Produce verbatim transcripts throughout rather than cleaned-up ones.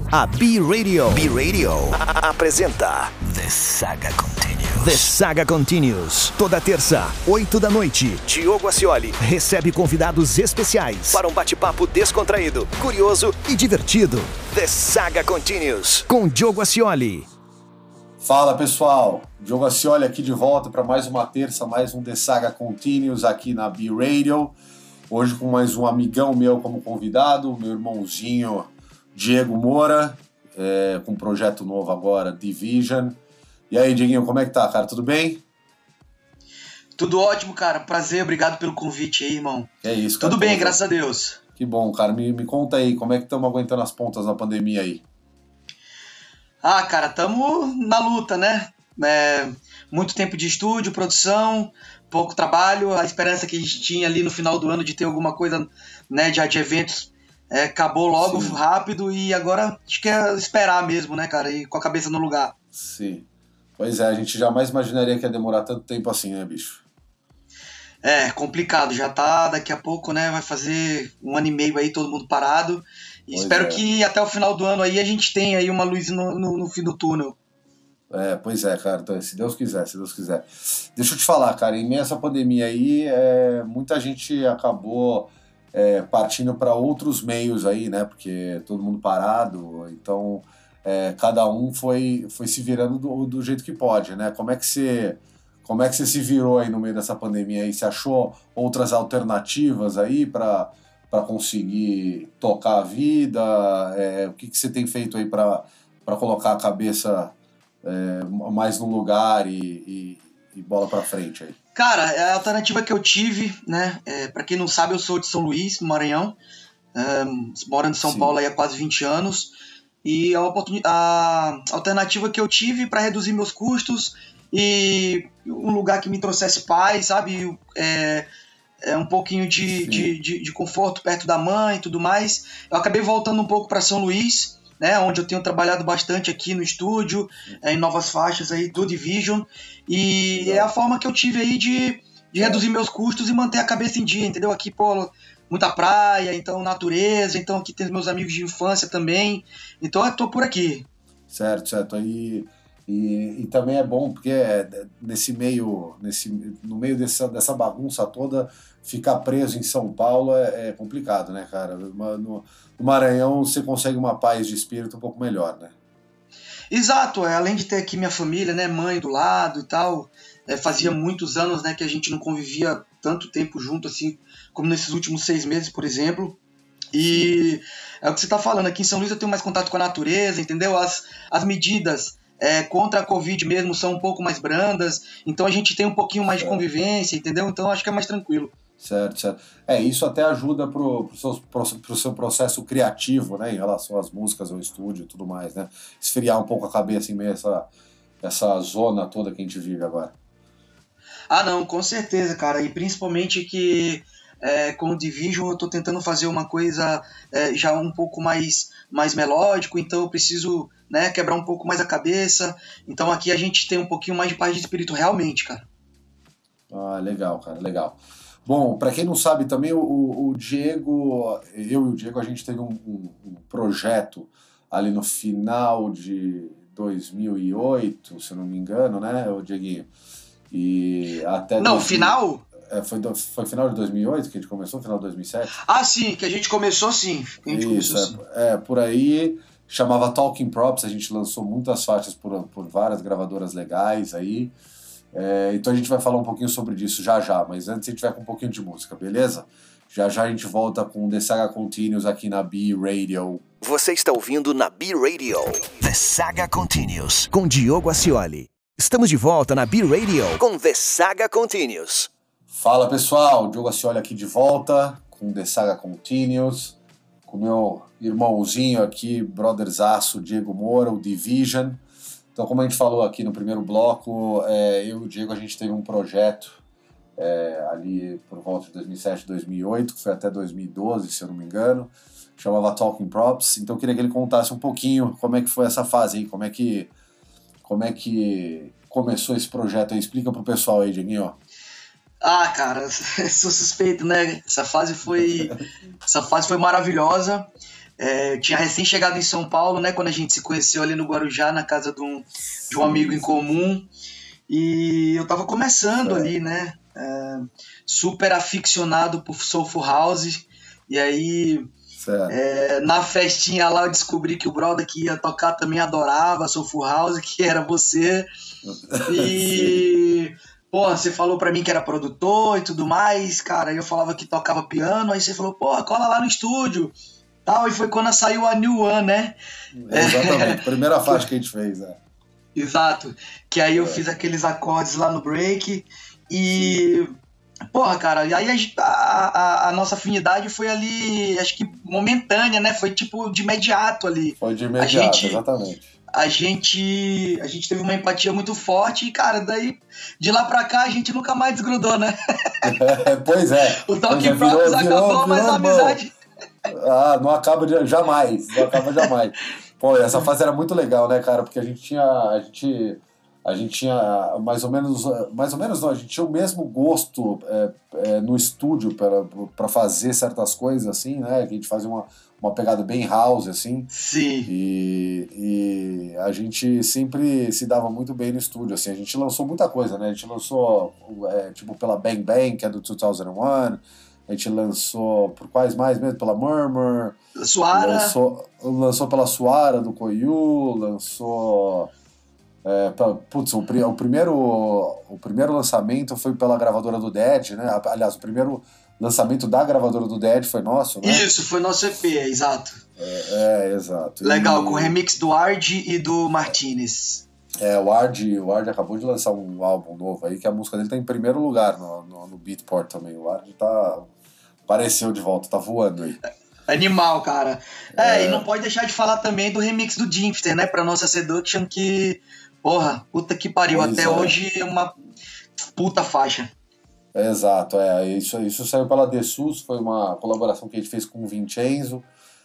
A B-Radio. B-Radio apresenta The Saga Continues. The Saga Continues. Toda terça, oito da noite, Diogo Ascioli recebe convidados especiais para um bate-papo descontraído, curioso e divertido. The Saga Continues, com Diogo Ascioli. Fala pessoal, Diogo Ascioli aqui de volta para mais uma terça, mais um The Saga Continues aqui na B-Radio. Hoje com mais um amigão meu como convidado, meu irmãozinho Diego Moura, é, com um projeto novo agora, Division. E aí, Dieguinho, como é que tá, cara? Tudo bem? Tudo ótimo, cara. Prazer, obrigado pelo convite aí, irmão. É isso, cara. Tudo bem, graças a Deus. Que bom, cara. Me, me conta aí, como é que estamos aguentando as pontas na pandemia aí? Ah, cara, estamos na luta, né? É, muito tempo de estúdio, produção, pouco trabalho. A esperança que a gente tinha ali no final do ano de ter alguma coisa, né, de, de eventos, é, acabou logo, sim, rápido, e agora acho que é esperar mesmo, né, cara? E com a cabeça no lugar. Sim. Pois é, a gente jamais imaginaria que ia demorar tanto tempo assim, né, bicho? É, complicado. Já tá, daqui a pouco, né, vai fazer um ano e meio aí, todo mundo parado. E pois espero é. que até o final do ano aí a gente tenha aí uma luz no, no, no fim do túnel. É, pois é, cara, então, se Deus quiser, se Deus quiser. Deixa eu te falar, cara, em meio a essa pandemia aí, é, muita gente acabou é, partindo para outros meios aí, né, porque todo mundo parado, então é, cada um foi, foi se virando do, do jeito que pode, né? Como é que você, como é que você se virou aí no meio dessa pandemia aí? Você achou outras alternativas aí para para conseguir tocar a vida? É, o que, que você tem feito aí para para colocar a cabeça É, mais no lugar e, e, e bola pra frente aí? Cara, a alternativa que eu tive, né, é, pra quem não sabe, eu sou de São Luís, no Maranhão, um, morando em São Sim. Paulo aí há quase vinte anos, e a, a alternativa que eu tive para reduzir meus custos e um lugar que me trouxesse paz, sabe, é, é um pouquinho de, de, de, de conforto perto da mãe e tudo mais, eu acabei voltando um pouco para São Luís, né, onde eu tenho trabalhado bastante aqui no estúdio, é, em novas faixas aí do Division, e é a forma que eu tive aí de, de reduzir meus custos e manter a cabeça em dia, entendeu? Aqui, pô, muita praia, então natureza, então aqui tem meus amigos de infância também, então eu tô por aqui. Certo, certo, aí... E, e também é bom porque é, nesse meio, nesse, no meio dessa, dessa bagunça toda, ficar preso em São Paulo é, é complicado, né, cara? No, no Maranhão você consegue uma paz de espírito um pouco melhor, né? Exato, é, além de ter aqui minha família, né, mãe do lado e tal, é, fazia muitos anos, né, que a gente não convivia tanto tempo junto assim, como nesses últimos seis meses, por exemplo. E é o que você tá falando, aqui em São Luís eu tenho mais contato com a natureza, entendeu? As, as medidas É, contra a Covid mesmo são um pouco mais brandas, então a gente tem um pouquinho mais de convivência, entendeu? Então acho que é mais tranquilo. Certo, certo. É, isso até ajuda pro, pro, seu, pro, pro seu processo criativo, né, em relação às músicas, ao estúdio e tudo mais, né? Esfriar um pouco a cabeça em meio a essa, essa zona toda que a gente vive agora. Ah, não, com certeza, cara, e principalmente que É, com o Division eu estou tentando fazer uma coisa é, já um pouco mais, mais melódico, então eu preciso, né, quebrar um pouco mais a cabeça, então aqui a gente tem um pouquinho mais de paz de espírito realmente, cara. Ah, legal, cara, legal. Bom, para quem não sabe também, o, o Diego, eu e o Diego, a gente teve um, um, um projeto ali no final de dois mil e oito, se eu não me engano, né, o Dieguinho? E até não, dois mil... final... É, foi, do, foi final de dois mil e oito que a gente começou, final de dois mil e sete? Ah, sim, que a gente começou sim. A gente Isso, começou, é, sim. é, por aí, chamava Talking Props, a gente lançou muitas faixas por, por várias gravadoras legais aí, é, então a gente vai falar um pouquinho sobre isso já já, mas antes a gente vai com um pouquinho de música, beleza? Já já a gente volta com The Saga Continues aqui na B-Radio. Você está ouvindo na B-Radio The Saga Continues, com Diogo Ascioli. Estamos de volta na B-Radio com The Saga Continues. Fala pessoal, Diogo Ascioli aqui de volta com The Saga Continues, com meu irmãozinho aqui, brotherzaço Diego Moura, o Division. Então, como a gente falou aqui no primeiro bloco, é, eu e o Diego a gente teve um projeto é, ali por volta de dois mil e sete, dois mil e oito, que foi até dois mil e doze, se eu não me engano, chamava Talking Props. Então eu queria que ele contasse um pouquinho como é que foi essa fase aí, como é que, como é que começou esse projeto aí. Explica pro pessoal aí, Dieguinho. Ah, cara, sou suspeito, né? Essa fase foi, essa fase foi maravilhosa. É, eu tinha recém chegado em São Paulo, né? Quando a gente se conheceu ali no Guarujá, na casa de um, de um amigo em comum. E eu tava começando é. ali, né? É, super aficionado por Soulful House. E aí, é, na festinha lá, eu descobri que o brother que ia tocar também adorava Soulful House, que era você. E, pô, você falou pra mim que era produtor e tudo mais, cara. Eu falava que tocava piano. Aí você falou, pô, cola lá no estúdio. Tal, e foi quando saiu a New One, né? Exatamente, primeira faixa que a gente fez, né? Exato, que aí eu é. fiz aqueles acordes lá no break e... Porra, cara, e aí a, a, a nossa afinidade foi ali, acho que momentânea, né? Foi tipo de imediato ali. Foi de imediato, a gente, exatamente. A gente, a gente teve uma empatia muito forte e, cara, daí de lá pra cá a gente nunca mais desgrudou, né? É, pois é. O Talking Props acabou, virou, mas a amizade... Ah, não acaba de, jamais, não acaba jamais. Pô, essa fase era muito legal, né, cara? Porque a gente tinha... A gente... A gente tinha mais ou menos, mais ou menos não, a gente tinha o mesmo gosto é, é, no estúdio para fazer certas coisas, assim, né? Que a gente fazia uma, uma pegada bem house, assim. Sim. E, e a gente sempre se dava muito bem no estúdio, assim. A gente lançou muita coisa, né? A gente lançou, é, tipo, pela Bang Bang, que é do dois mil e um. A gente lançou, por quais mais mesmo? Pela Murmur. Suara. Lançou, lançou pela Suara, do Koyu, lançou... É, putz, o, o, primeiro, o primeiro lançamento foi pela gravadora do Dead, né? Aliás, o primeiro lançamento da gravadora do Dead foi nosso, né? Isso, foi nosso E P, exato. É, é exato. Legal, e... com o remix do Ard e do Martinez. É, o Ard, o Ard acabou de lançar um álbum novo aí, que a música dele tá em primeiro lugar no, no, no Beatport também. O Ard tá... apareceu de volta, tá voando aí. Animal, cara. É, é, e não pode deixar de falar também do remix do Jimpster, né? Pra nossa Seduction, que... Porra, puta que pariu, pois até é. hoje é uma puta faixa. É, exato, é, isso, isso saiu pela Dessus, foi uma colaboração que a gente fez com o Vincenzo,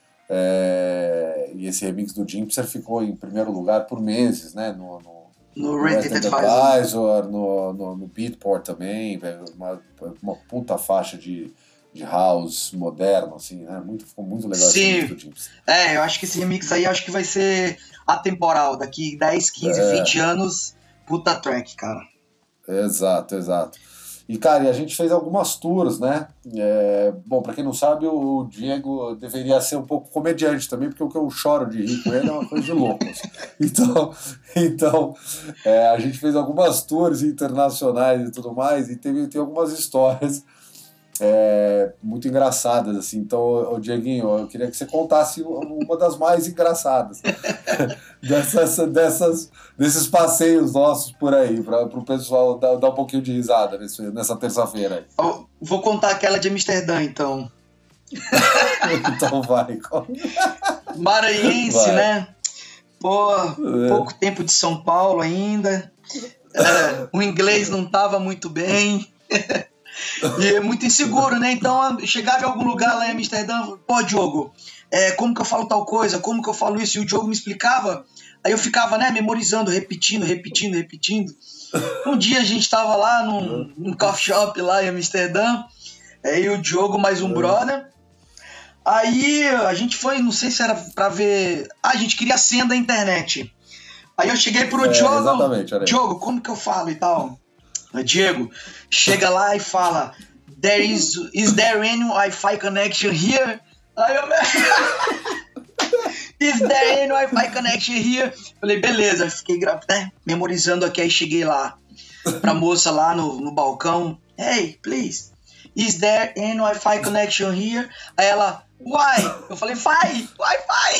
é, e esse remix do Jimpster ficou em primeiro lugar por meses, né, no, no, no, no Resident Advisor, no, no, no Beatport também, uma, uma puta faixa de, de house moderno, assim, né, muito, ficou muito legal. Sim. Esse remix do Jimpster. É, eu acho que esse remix aí, acho que vai ser... atemporal, daqui dez, quinze, é. vinte anos, puta track, cara. Exato, exato. E, cara, e a gente fez algumas tours, né? É, bom, pra quem não sabe, o Diego deveria ser um pouco comediante também, porque o que eu choro de rir com ele é uma coisa de louco. Então, então é, a gente fez algumas tours internacionais e tudo mais, e teve, tem algumas histórias É, muito engraçadas, assim. Então, ô, Dieguinho, eu queria que você contasse uma das mais engraçadas dessas, dessas, desses passeios nossos por aí, para o pessoal dar, dar um pouquinho de risada nesse, nessa terça-feira. Eu vou contar aquela de Amsterdã, então. Então vai. Maranhense, vai. né? Pô, é. pouco tempo de São Paulo ainda. É, o inglês não tava muito bem. E é muito inseguro, né? Então, chegava em algum lugar lá em Amsterdã, pô, Diogo, é, como que eu falo tal coisa? Como que eu falo isso? E o Diogo me explicava, aí eu ficava, né, memorizando, repetindo, repetindo, repetindo. Um dia a gente tava lá num, num coffee shop lá em Amsterdã, aí o Diogo mais um brother, aí a gente foi, não sei se era pra ver... Ah, a gente queria a senha da internet. Aí eu cheguei pro é, Diogo, Diogo, como que eu falo e tal? Diego, chega lá e fala, there is, is there any Wi-Fi connection here? Aí eu... Is there any Wi-Fi connection here? Falei, beleza, fiquei né, memorizando aqui, aí cheguei lá pra moça lá no, no balcão, hey, please, is there any Wi-Fi connection here? Aí ela, why? Eu falei, vai, Wi-Fi!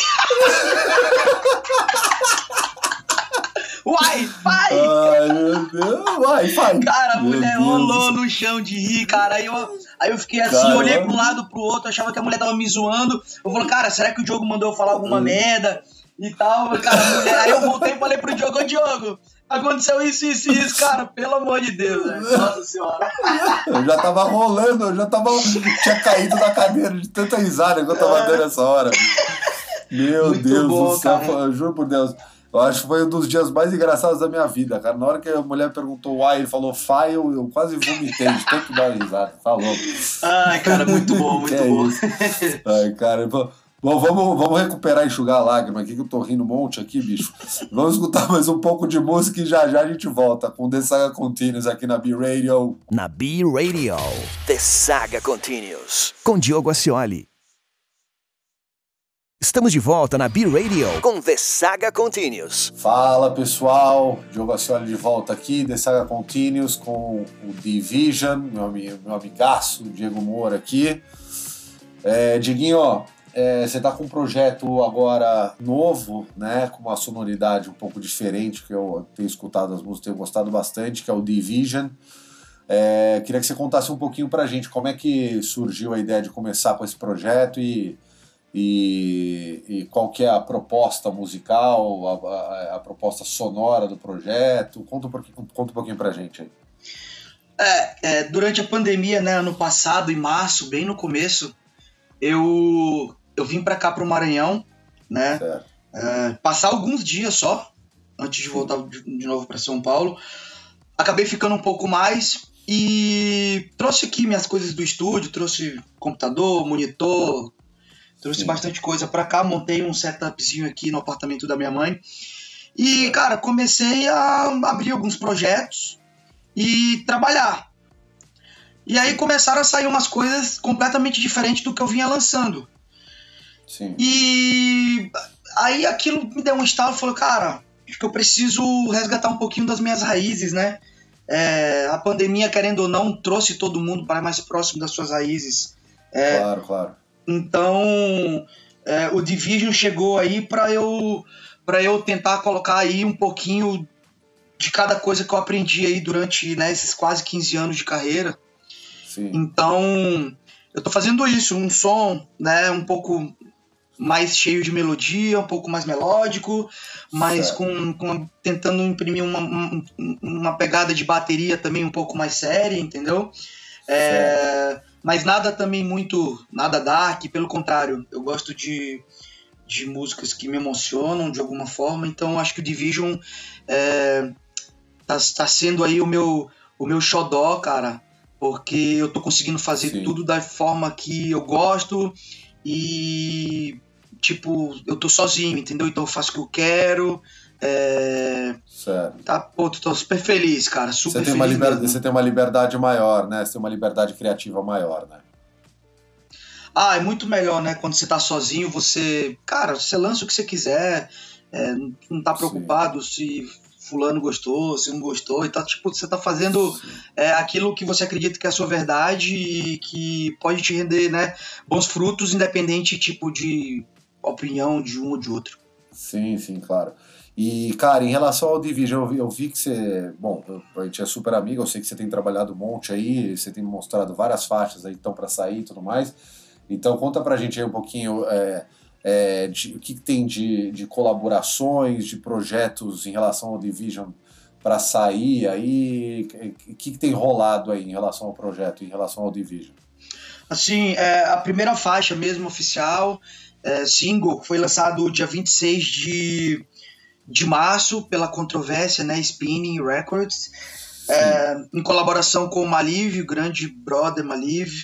Wi-Fi! Ai, meu Deus, Wi-Fi! Cara, a mulher Deus rolou Deus. no chão de rir, cara. Aí eu, aí eu fiquei assim, Caramba. Olhei pro lado, pro outro, achava que a mulher tava me zoando. Eu falei, cara, será que o Diogo mandou eu falar alguma hum. merda? E tal, cara, a mulher... Aí eu voltei e falei pro Diogo, ô Diogo, aconteceu isso, isso e isso, cara, pelo amor de Deus, né? Nossa senhora. Eu já tava rolando, eu já tava... Tinha caído da cadeira de tanta risada que eu tava dando essa hora. Meu Muito Deus bom, do céu, cara. eu juro por Deus. Eu acho que foi um dos dias mais engraçados da minha vida, cara. Na hora que a mulher perguntou why, ele falou fai, eu, eu quase vomitei de tanto dar risada. Tá louco. Ai, cara, muito bom, muito é bom. Isso. Ai, cara, Bom, vamos, vamos recuperar e enxugar a lágrima aqui, que eu tô rindo um monte aqui, bicho. Vamos escutar mais um pouco de música e já já a gente volta com The Saga Continues aqui na B-Radio. Na B-Radio, The Saga Continues, com Diogo Ascioli. Estamos de volta na B-Radio com The Saga Continues. Fala, pessoal, Diogo Ascioli de volta aqui, The Saga Continues com o Division, meu, meu amigaço, Diego Moura aqui. É, Dieguinho, ó, é, você tá com um projeto agora novo, né, com uma sonoridade um pouco diferente, que eu tenho escutado as músicas, tenho gostado bastante, que é o Division. É, queria que você contasse um pouquinho pra gente como é que surgiu a ideia de começar com esse projeto e E, e qual que é a proposta musical, a, a, a proposta sonora do projeto. Conta um pouquinho, conta um pouquinho pra gente aí. É, é, durante a pandemia, né, ano passado, em março, bem no começo, eu, eu vim pra cá, pro Maranhão, né, é, passar alguns dias só, antes de voltar de, de novo pra São Paulo. Acabei ficando um pouco mais e trouxe aqui minhas coisas do estúdio, trouxe computador, monitor, trouxe Sim. bastante coisa pra cá, montei um setupzinho aqui no apartamento da minha mãe. E, cara, comecei a abrir alguns projetos e trabalhar. E aí começaram a sair umas coisas completamente diferentes do que eu vinha lançando. Sim. E aí aquilo me deu um estalo e falou, cara, acho que eu preciso resgatar um pouquinho das minhas raízes, né? É, a pandemia, querendo ou não, trouxe todo mundo para mais próximo das suas raízes. É, claro, claro. Então, é, o Division chegou aí para eu, para eu tentar colocar aí um pouquinho de cada coisa que eu aprendi aí durante, né, esses quase quinze anos de carreira. Sim. Então, eu tô fazendo isso, um som, né, um pouco mais cheio de melodia, um pouco mais melódico, mas com, com tentando imprimir uma, uma, uma pegada de bateria também um pouco mais séria, entendeu? É, mas nada também muito, nada dark, pelo contrário, eu gosto de, de músicas que me emocionam de alguma forma, então acho que o Division é, tá, tá sendo aí o meu, o meu xodó, cara, porque eu tô conseguindo fazer Sim. tudo da forma que eu gosto e, tipo, eu tô sozinho, entendeu? Então eu faço o que eu quero. É... Certo. Tá, pô, tô super feliz, cara, super você tem feliz uma liber... mesmo. Você tem uma liberdade maior, né? Você tem uma liberdade criativa maior, né? Ah, é muito melhor, né? Quando você tá sozinho, você... Cara, você lança o que você quiser, é, não tá preocupado Sim. se fulano gostou, se não gostou, e tá, tipo, você tá fazendo é, aquilo que você acredita que é a sua verdade e que pode te render, né, bons frutos, independente, tipo, de opinião de um ou de outro. Sim, sim, claro. E, cara, em relação ao Division, eu vi, eu vi que você... Bom, a gente é super amigo, eu sei que você tem trabalhado um monte aí, você tem mostrado várias faixas aí que estão pra sair e tudo mais. Então, conta pra gente aí um pouquinho é, é, de, o que, que tem de, de colaborações, de projetos em relação ao Division pra sair aí. O que, que tem rolado aí em relação ao projeto, em relação ao Division? Assim, é, a primeira faixa mesmo oficial, é, single, foi lançado dia vinte e seis de... de março, pela controvérsia, né, Spinning Records, é, em colaboração com o Maliv, o grande brother Maliv,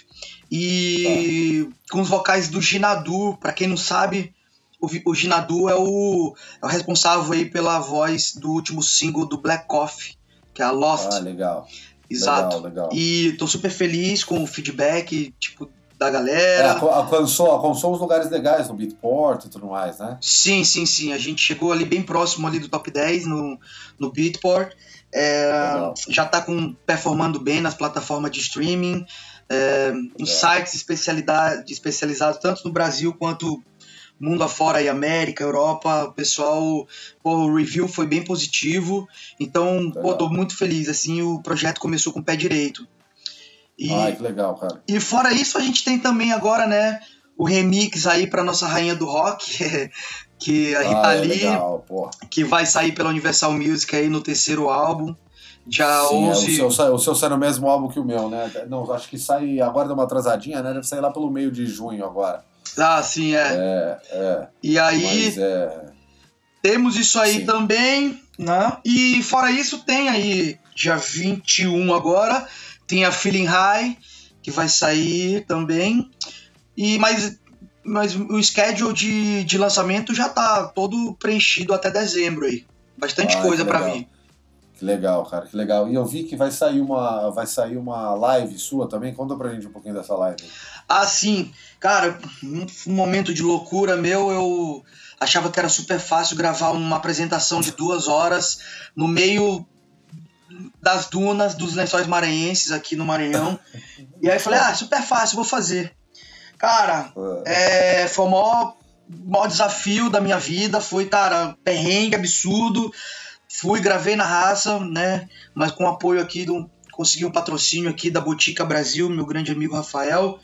e ah. com os vocais do Ginadu. Para quem não sabe, o, o Ginadu é o, é o responsável aí pela voz do último single do Black Coffee, que é a Lost. Ah, legal. Exato. Legal, legal. E tô super feliz com o feedback, tipo, da galera. É, alcançou, alcançou os lugares legais no Beatport e tudo mais, né? Sim, sim, sim. A gente chegou ali bem próximo ali do top dez no, no Beatport. É, já tá com, performando bem nas plataformas de streaming, é, em é. sites especialidade, especializados tanto no Brasil quanto mundo afora, aí, América, Europa. O pessoal, pô, o review foi bem positivo. Então, pô, tô muito feliz. Assim, o projeto começou com o pé direito. E, Ai, que legal, cara. E fora isso, a gente tem também agora, né, o remix aí pra nossa rainha do rock, que a Rita ah, Lee, é legal, pô. que vai sair pela Universal Music aí no terceiro álbum, dia Sim, onze... É, o, seu, o seu sai no mesmo álbum que o meu, né? Não, acho que sai, agora deu uma atrasadinha, né? Deve sair lá pelo meio de junho agora. Ah, sim, é. É, é. E aí, Mas é... temos isso aí sim. também, né? E fora isso, tem aí, dia vinte e um agora, tem a Feeling High, que vai sair também. E, mas mas o schedule de, de lançamento já tá todo preenchido até dezembro aí. Bastante ah, coisa para vir. Que legal, cara, que legal. E eu vi que vai sair uma, vai sair uma live sua também. Conta pra gente um pouquinho dessa live. Ah, sim. Cara, um momento de loucura meu, eu achava que era super fácil gravar uma apresentação de duas horas no meio das dunas dos Lençóis Maranhenses aqui no Maranhão. E aí eu falei, ah, super fácil, vou fazer. Cara, é, foi o maior, maior desafio da minha vida, foi, cara, perrengue absurdo. Fui, gravei na raça, né? Mas com apoio aqui, do, consegui um patrocínio aqui da Botica Brasil, meu grande amigo Rafael.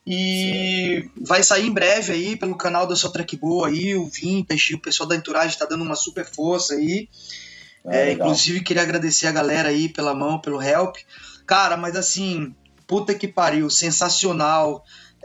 E Sim. vai sair em breve aí pelo canal da Sua Track Boa aí, o Vintage, o pessoal da Entourage tá dando uma super força aí. É, é, inclusive, queria agradecer a galera aí pela mão, pelo help. Cara, mas assim, puta que pariu, sensacional.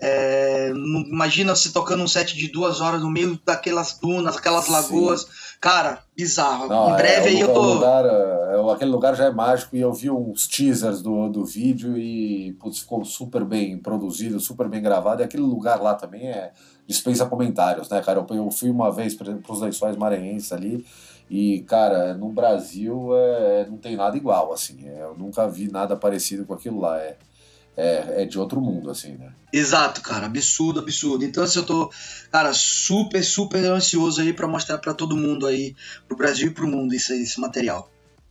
É, imagina você tocando um set de duas horas no meio daquelas dunas, aquelas Sim. lagoas. Cara, bizarro. Não, em breve é, aí eu tô... Lugar, é, aquele lugar já é mágico e eu vi uns teasers do, do vídeo e putz, ficou super bem produzido, super bem gravado. E aquele lugar lá também é dispensa comentários, né, cara? Eu, eu fui uma vez para os Lençóis Maranhenses ali e, cara, no Brasil é, não tem nada igual, assim. É, eu nunca vi nada parecido com aquilo lá. É... É, é de outro mundo, assim, né? Exato, cara, absurdo, absurdo. Então, assim, eu tô, cara, super, super ansioso aí pra mostrar pra todo mundo aí, pro Brasil e pro mundo, esse, esse material.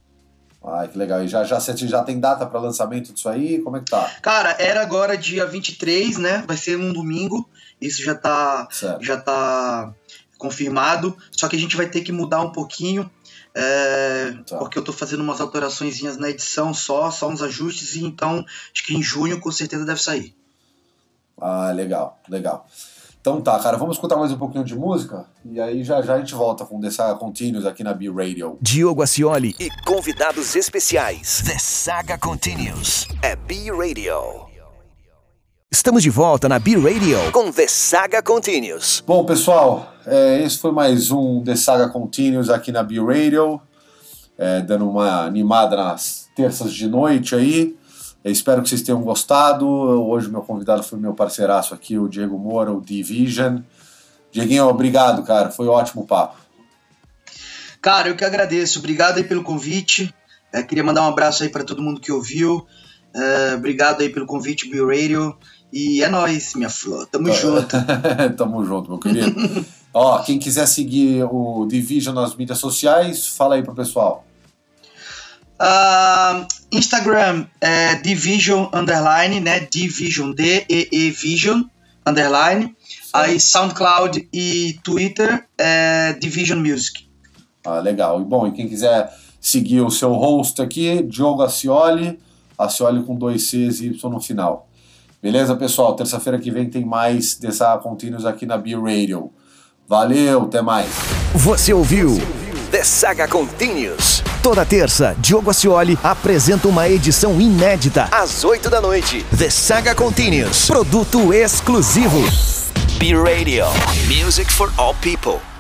Ai, que legal. E já, já, você já tem data pra lançamento disso aí? Como é que tá? Cara, era agora dia vinte e três, né? Vai ser um domingo. Isso já tá, já tá confirmado. Só que a gente vai ter que mudar um pouquinho. É, tá. Porque eu tô fazendo umas alteraçõezinhas na edição só, só uns ajustes, e então acho que em junho com certeza deve sair. Ah, legal, legal. Então tá, cara, vamos escutar mais um pouquinho de música e aí já já a gente volta com The Saga Continues aqui na B-Radio. Diogo Ascioli e convidados especiais. The Saga Continues é B-Radio. Estamos de volta na B-Radio com The Saga Continues. Bom, pessoal, é, esse foi mais um The Saga Continues aqui na B-Radio, é, dando uma animada nas terças de noite aí. Eu espero que vocês tenham gostado. Hoje meu convidado foi meu parceiraço aqui, o Diego Moura, o Division. Dieguinho, obrigado, cara, foi um ótimo papo. Cara, eu que agradeço, obrigado aí pelo convite. É, queria mandar um abraço aí para todo mundo que ouviu. É, obrigado aí pelo convite, B-Radio. E é nóis, minha flor. Tamo junto. Tamo junto, meu querido. Ó, quem quiser seguir o Division nas mídias sociais, fala aí pro pessoal. Uh, Instagram é Division Underline, né? Division, D E E Vision Underline. Sim. Aí SoundCloud e Twitter é Division Music. Ah, legal. E bom, e quem quiser seguir o seu host aqui, Diogo Ascioli, Ascioli com dois Cs e Y no final. Beleza, pessoal? Terça-feira que vem tem mais The Saga Continues aqui na B-Radio. Valeu, até mais. Você ouviu The Saga Continues. Toda terça, Diogo Ascioli apresenta uma edição inédita às oito da noite. The Saga Continues. Produto exclusivo. B-Radio. Music for all people.